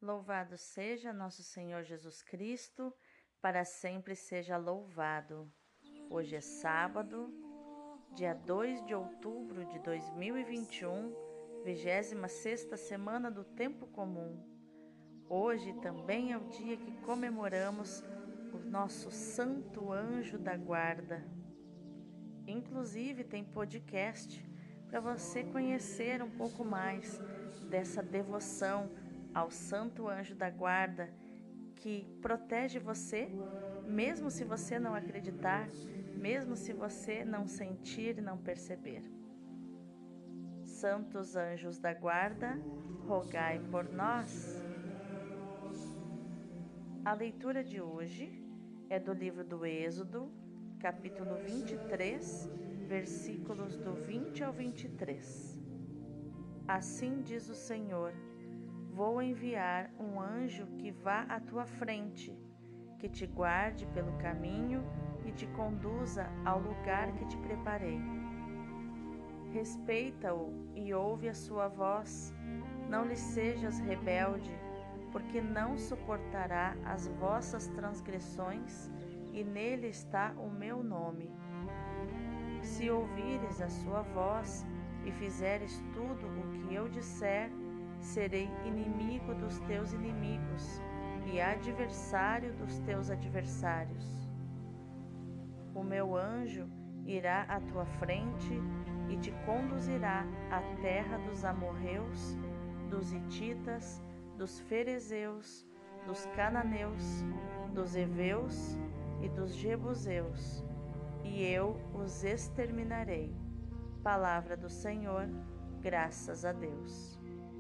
Louvado seja nosso Senhor Jesus Cristo, para sempre seja louvado. Hoje é sábado, dia 2 de outubro de 2021, 26ª semana do Tempo Comum. Hoje também é o dia que comemoramos o nosso Santo Anjo da Guarda. Inclusive tem podcast para você conhecer um pouco mais dessa devoção ao Santo Anjo da Guarda, que protege você, mesmo se você não acreditar, mesmo se você não sentir e não perceber. Santos anjos da guarda, rogai por nós. A leitura de hoje é do livro do Êxodo, capítulo 23, versículos do 20 ao 23. Assim diz o Senhor: vou enviar um anjo que vá à tua frente, que te guarde pelo caminho e te conduza ao lugar que te preparei. Respeita-o e ouve a sua voz. Não lhe sejas rebelde, porque não suportará as vossas transgressões, e nele está o meu nome. Se ouvires a sua voz e fizeres tudo o que eu disser, serei inimigo dos teus inimigos e adversário dos teus adversários. O meu anjo irá à tua frente e te conduzirá à terra dos amorreus, dos hititas, dos ferezeus, dos cananeus, dos heveus e dos jebuseus, e eu os exterminarei. Palavra do Senhor, graças a Deus.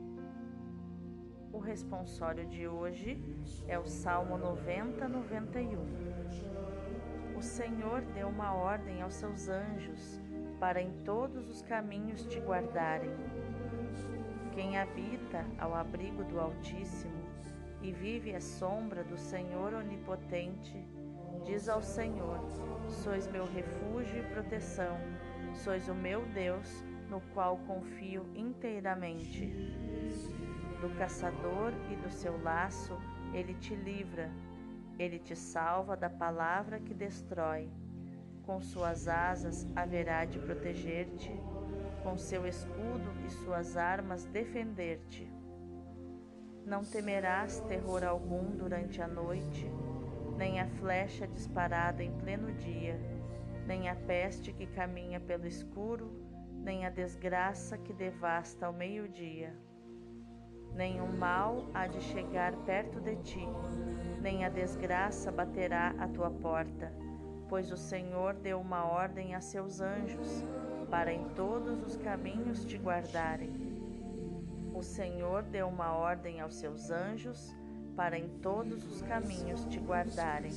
O responsório de hoje é o Salmo 90-91. O Senhor deu uma ordem aos seus anjos para em todos os caminhos te guardarem. Quem habita ao abrigo do Altíssimo e vive à sombra do Senhor Onipotente, diz ao Senhor: sois meu refúgio e proteção, sois o meu Deus, no qual confio inteiramente. Do caçador e do seu laço ele te livra, ele te salva da palavra que destrói. Com suas asas haverá de proteger-te, com seu escudo e suas armas defender-te. Não temerás terror algum durante a noite, nem a flecha disparada em pleno dia, nem a peste que caminha pelo escuro, nem a desgraça que devasta ao meio-dia. Nenhum mal há de chegar perto de ti, nem a desgraça baterá à tua porta, pois o Senhor deu uma ordem a seus anjos, para em todos os caminhos te guardarem. O Senhor deu uma ordem aos seus anjos, para em todos os caminhos te guardarem.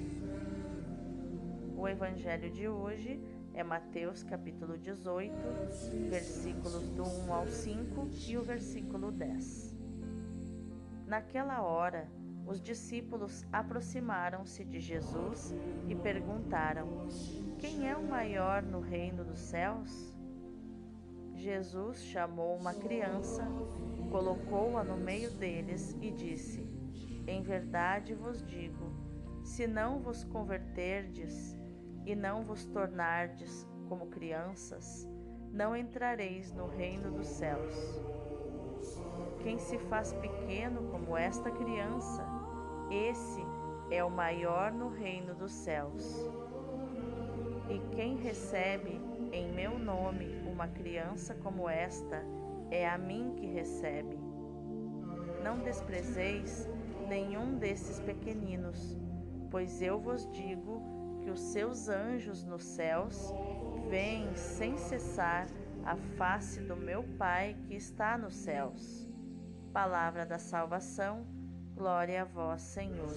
O Evangelho de hoje é Mateus capítulo 18, versículos do 1 ao 5 e o versículo 10. Naquela hora, os discípulos aproximaram-se de Jesus e perguntaram: quem é o maior no reino dos céus? Jesus chamou uma criança, colocou-a no meio deles e disse: em verdade vos digo, se não vos converterdes e não vos tornardes como crianças, não entrareis no reino dos céus. Quem se faz pequeno como esta criança, esse é o maior no reino dos céus. E quem recebe em meu nome uma criança como esta, é a mim que recebe. Não desprezeis nenhum desses pequeninos, pois eu vos digo que os seus anjos nos céus veem sem cessar a face do meu Pai que está nos céus. Palavra da salvação, glória a vós, Senhor.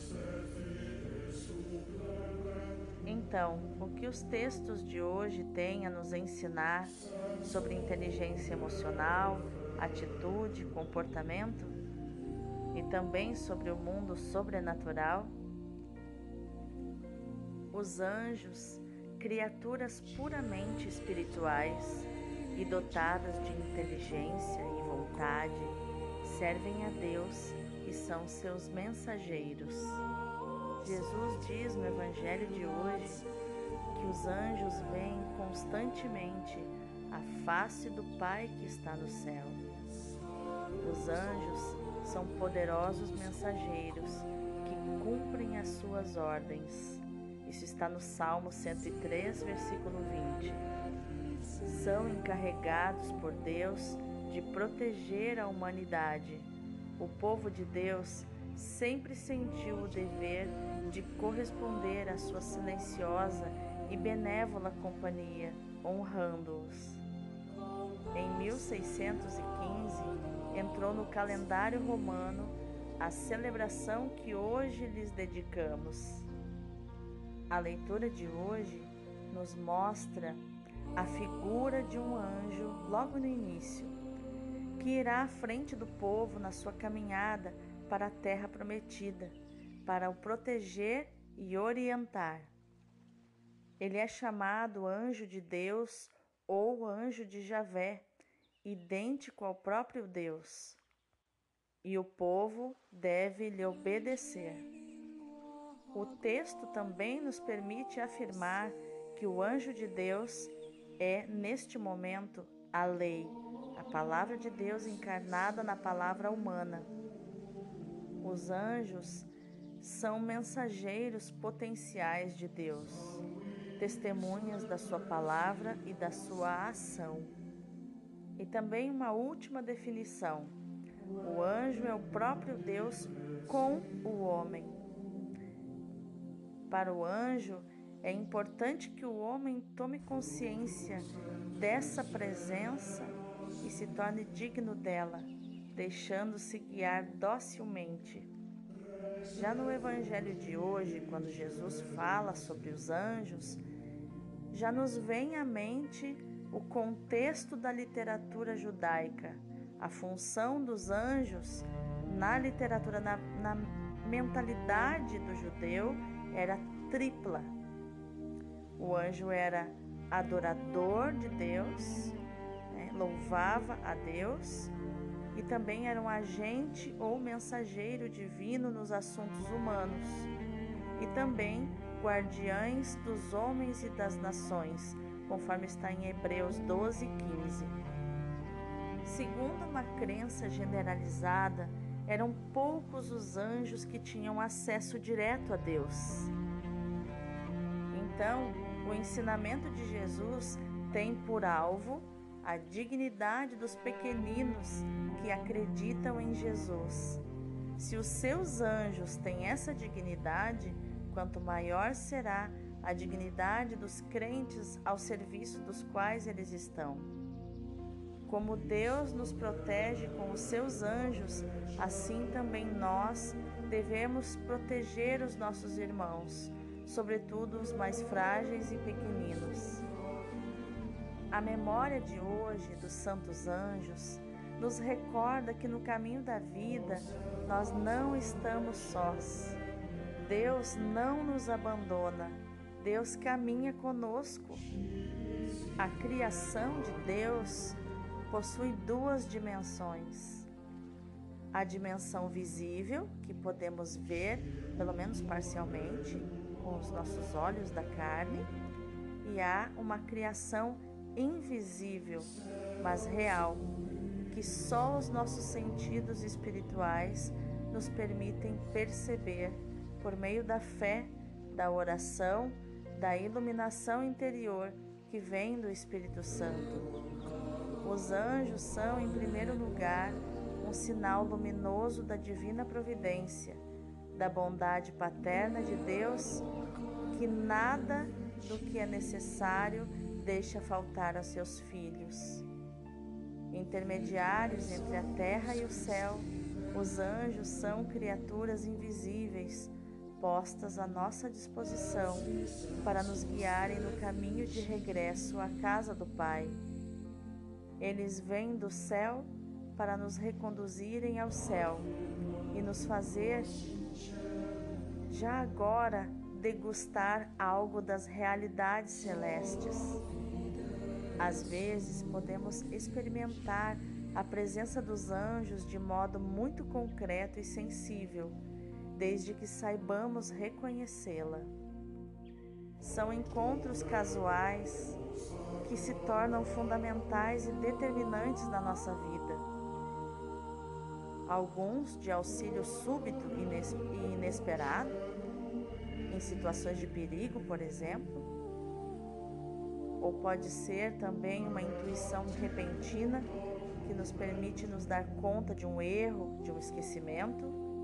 Então, o que os textos de hoje têm a nos ensinar sobre inteligência emocional, atitude, comportamento? E também sobre o mundo sobrenatural? Os anjos, criaturas puramente espirituais e dotadas de inteligência e vontade, servem a Deus e são seus mensageiros. Jesus diz no Evangelho de hoje que os anjos veem constantemente a face do Pai que está no céu. Os anjos são poderosos mensageiros que cumprem as suas ordens. Isso está no Salmo 103, versículo 20. São encarregados por Deus de proteger a humanidade. O povo de Deus sempre sentiu o dever de corresponder à sua silenciosa e benévola companhia, honrando-os. Em 1615, entrou no calendário romano a celebração que hoje lhes dedicamos. A leitura de hoje nos mostra a figura de um anjo logo no início, que irá à frente do povo na sua caminhada para a terra prometida, para o proteger e orientar. Ele é chamado anjo de Deus ou anjo de Javé, idêntico ao próprio Deus, e o povo deve lhe obedecer. O texto também nos permite afirmar que o anjo de Deus é, neste momento, a lei, a palavra de Deus encarnada na palavra humana. Os anjos são mensageiros potenciais de Deus, testemunhas da sua palavra e da sua ação. E também uma última definição: o anjo é o próprio Deus com o homem. Para o anjo, é importante que o homem tome consciência dessa presença e se torne digno dela, deixando-se guiar docilmente. Já no Evangelho de hoje, quando Jesus fala sobre os anjos, já nos vem à mente o contexto da literatura judaica. A função dos anjos na literatura, na mentalidade do judeu, era tripla. O anjo era adorador de Deus, louvava a Deus, e também era um agente ou mensageiro divino nos assuntos humanos, e também guardiães dos homens e das nações, conforme está em Hebreus 12, 15. Segundo uma crença generalizada, eram poucos os anjos que tinham acesso direto a Deus. Então, o ensinamento de Jesus tem por alvo a dignidade dos pequeninos que acreditam em Jesus. Se os seus anjos têm essa dignidade, quanto maior será a dignidade dos crentes ao serviço dos quais eles estão. Como Deus nos protege com os seus anjos, assim também nós devemos proteger os nossos irmãos, sobretudo os mais frágeis e pequeninos. A memória de hoje dos santos anjos nos recorda que no caminho da vida nós não estamos sós. Deus não nos abandona, Deus caminha conosco. A criação de Deus possui duas dimensões. A dimensão visível, que podemos ver, pelo menos parcialmente, com os nossos olhos da carne, e há uma criação invisível, mas real, que só os nossos sentidos espirituais nos permitem perceber por meio da fé, da oração, da iluminação interior que vem do Espírito Santo. Os anjos são, em primeiro lugar, um sinal luminoso da divina providência, da bondade paterna de Deus, que nada do que é necessário deixa faltar aos seus filhos. Intermediários entre a terra e o céu, os anjos são criaturas invisíveis, postas à nossa disposição para nos guiarem no caminho de regresso à casa do Pai. Eles vêm do céu para nos reconduzirem ao céu e nos fazer, já agora, degustar algo das realidades celestes. Às vezes podemos experimentar a presença dos anjos de modo muito concreto e sensível, desde que saibamos reconhecê-la. São encontros casuais que se tornam fundamentais e determinantes na nossa vida. Alguns de auxílio súbito e inesperado, em situações de perigo, por exemplo, ou pode ser também uma intuição repentina que nos permite nos dar conta de um erro, de um esquecimento,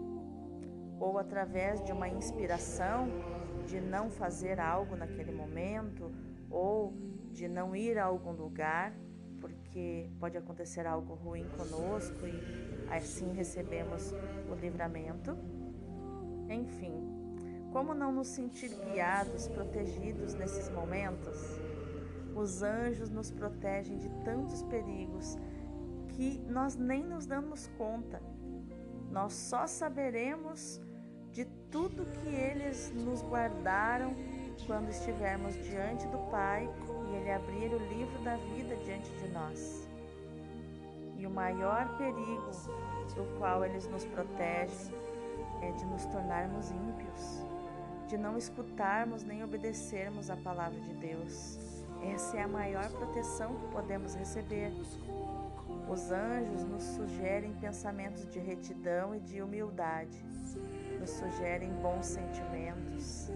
ou através de uma inspiração de não fazer algo naquele momento, ou de não ir a algum lugar, porque pode acontecer algo ruim conosco e assim recebemos o livramento. Enfim, como não nos sentir guiados, protegidos nesses momentos? Os anjos nos protegem de tantos perigos que nós nem nos damos conta. Nós só saberemos de tudo que eles nos guardaram quando estivermos diante do Pai e Ele abrir o livro da vida diante de nós. E o maior perigo do qual eles nos protegem é de nos tornarmos ímpios, de não escutarmos nem obedecermos a palavra de Deus. Essa é a maior proteção que podemos receber. Os anjos nos sugerem pensamentos de retidão e de humildade, nos sugerem bons sentimentos,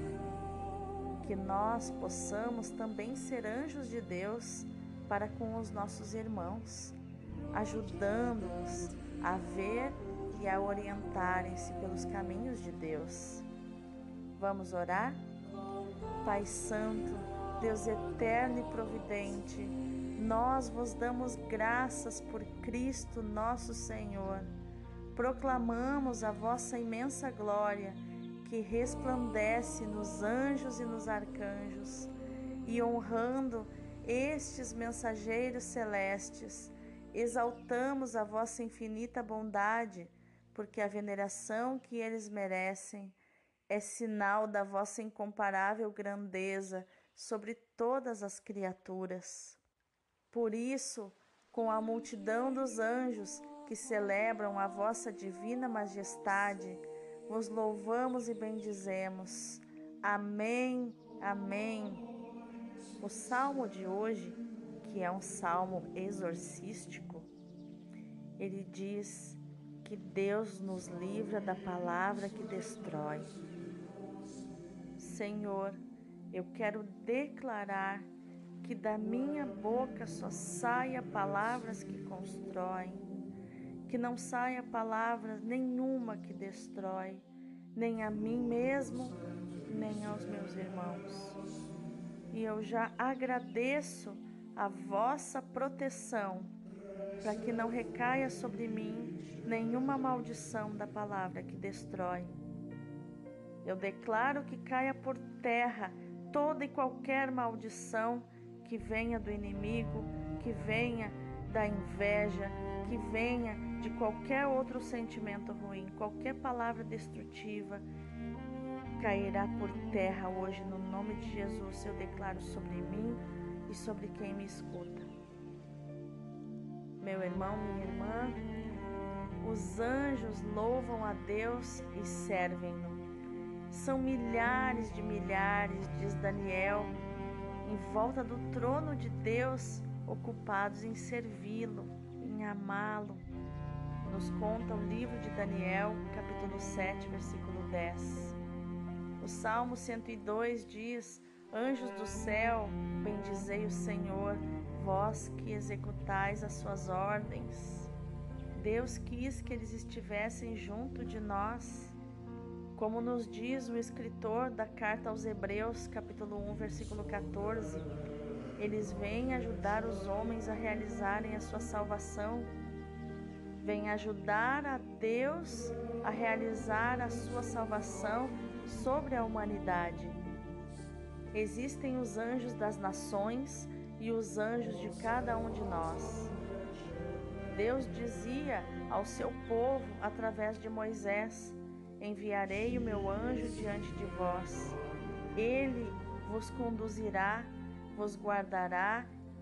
que nós possamos também ser anjos de Deus para com os nossos irmãos, ajudando-os a ver e a orientarem-se pelos caminhos de Deus. Vamos orar? Pai Santo, Deus eterno e providente, nós vos damos graças por Cristo nosso Senhor. Proclamamos a vossa imensa glória que resplandece nos anjos e nos arcanjos, e honrando estes mensageiros celestes, exaltamos a vossa infinita bondade, porque a veneração que eles merecem é sinal da vossa incomparável grandeza sobre todas as criaturas. Por isso, com a multidão dos anjos que celebram a vossa divina majestade, vos louvamos e bendizemos. Amém, amém. O salmo de hoje, que é um salmo exorcístico, ele diz que Deus nos livra da palavra que destrói. Senhor, eu quero declarar que da minha boca só saia palavras que constroem, que não saia palavra nenhuma que destrói, nem a mim mesmo, nem aos meus irmãos. E eu já agradeço a vossa proteção, para que não recaia sobre mim nenhuma maldição da palavra que destrói. Eu declaro que caia por terra toda e qualquer maldição que venha do inimigo, que venha da inveja, que venha de qualquer outro sentimento ruim, qualquer palavra destrutiva, cairá por terra hoje, no nome de Jesus. Eu declaro sobre mim e sobre quem me escuta. Meu irmão, minha irmã, os anjos louvam a Deus e servem-no. São milhares, diz Daniel, em volta do trono de Deus, ocupados em servi-lo, em amá-lo. Nos conta o livro de Daniel, capítulo 7, versículo 10. O Salmo 102 diz: Anjos do céu, bendizei o Senhor, vós que executais as suas ordens. Deus quis que eles estivessem junto de nós. Como nos diz o escritor da carta aos Hebreus, capítulo 1, versículo 14, eles vêm ajudar os homens a realizarem a sua salvação, vêm ajudar a Deus a realizar a sua salvação sobre a humanidade. Existem os anjos das nações e os anjos de cada um de nós. Deus dizia ao seu povo através de Moisés: enviarei o meu anjo diante de vós. Ele vos conduzirá, vos guardará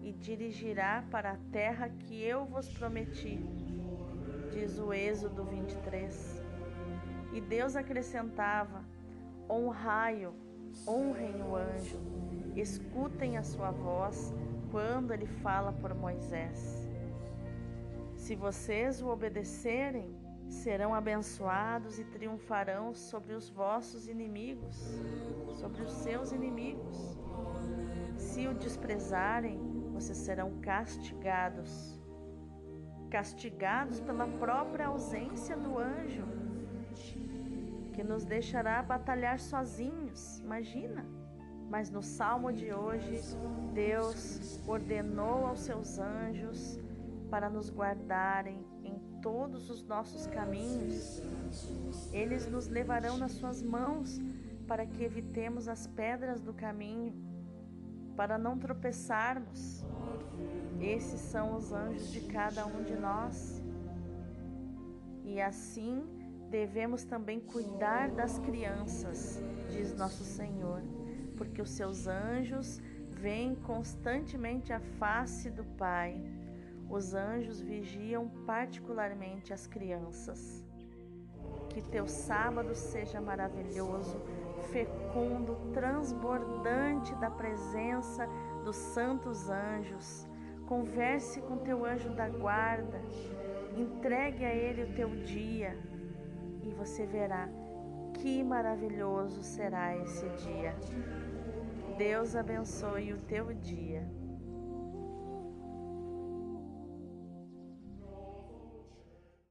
e dirigirá para a terra que eu vos prometi, diz o Êxodo 23. E Deus acrescentava: honrai-o, honrem o anjo, escutem a sua voz quando ele fala por Moisés. Se vocês o obedecerem, serão abençoados e triunfarão sobre os vossos inimigos, sobre os seus inimigos. Se o desprezarem, vocês serão castigados. Castigados pela própria ausência do anjo, que nos deixará batalhar sozinhos, imagina. Mas no Salmo de hoje, Deus ordenou aos seus anjos para nos guardarem em todos os nossos caminhos. Eles nos levarão nas suas mãos para que evitemos as pedras do caminho, para não tropeçarmos. Esses são os anjos de cada um de nós. E assim devemos também cuidar das crianças, diz nosso Senhor, porque os seus anjos veem constantemente a face do Pai. Os anjos vigiam particularmente as crianças. Que teu sábado seja maravilhoso, fecundo, transbordante da presença dos santos anjos. Converse com teu anjo da guarda, entregue a ele o teu dia e você verá que maravilhoso será esse dia. Deus abençoe o teu dia.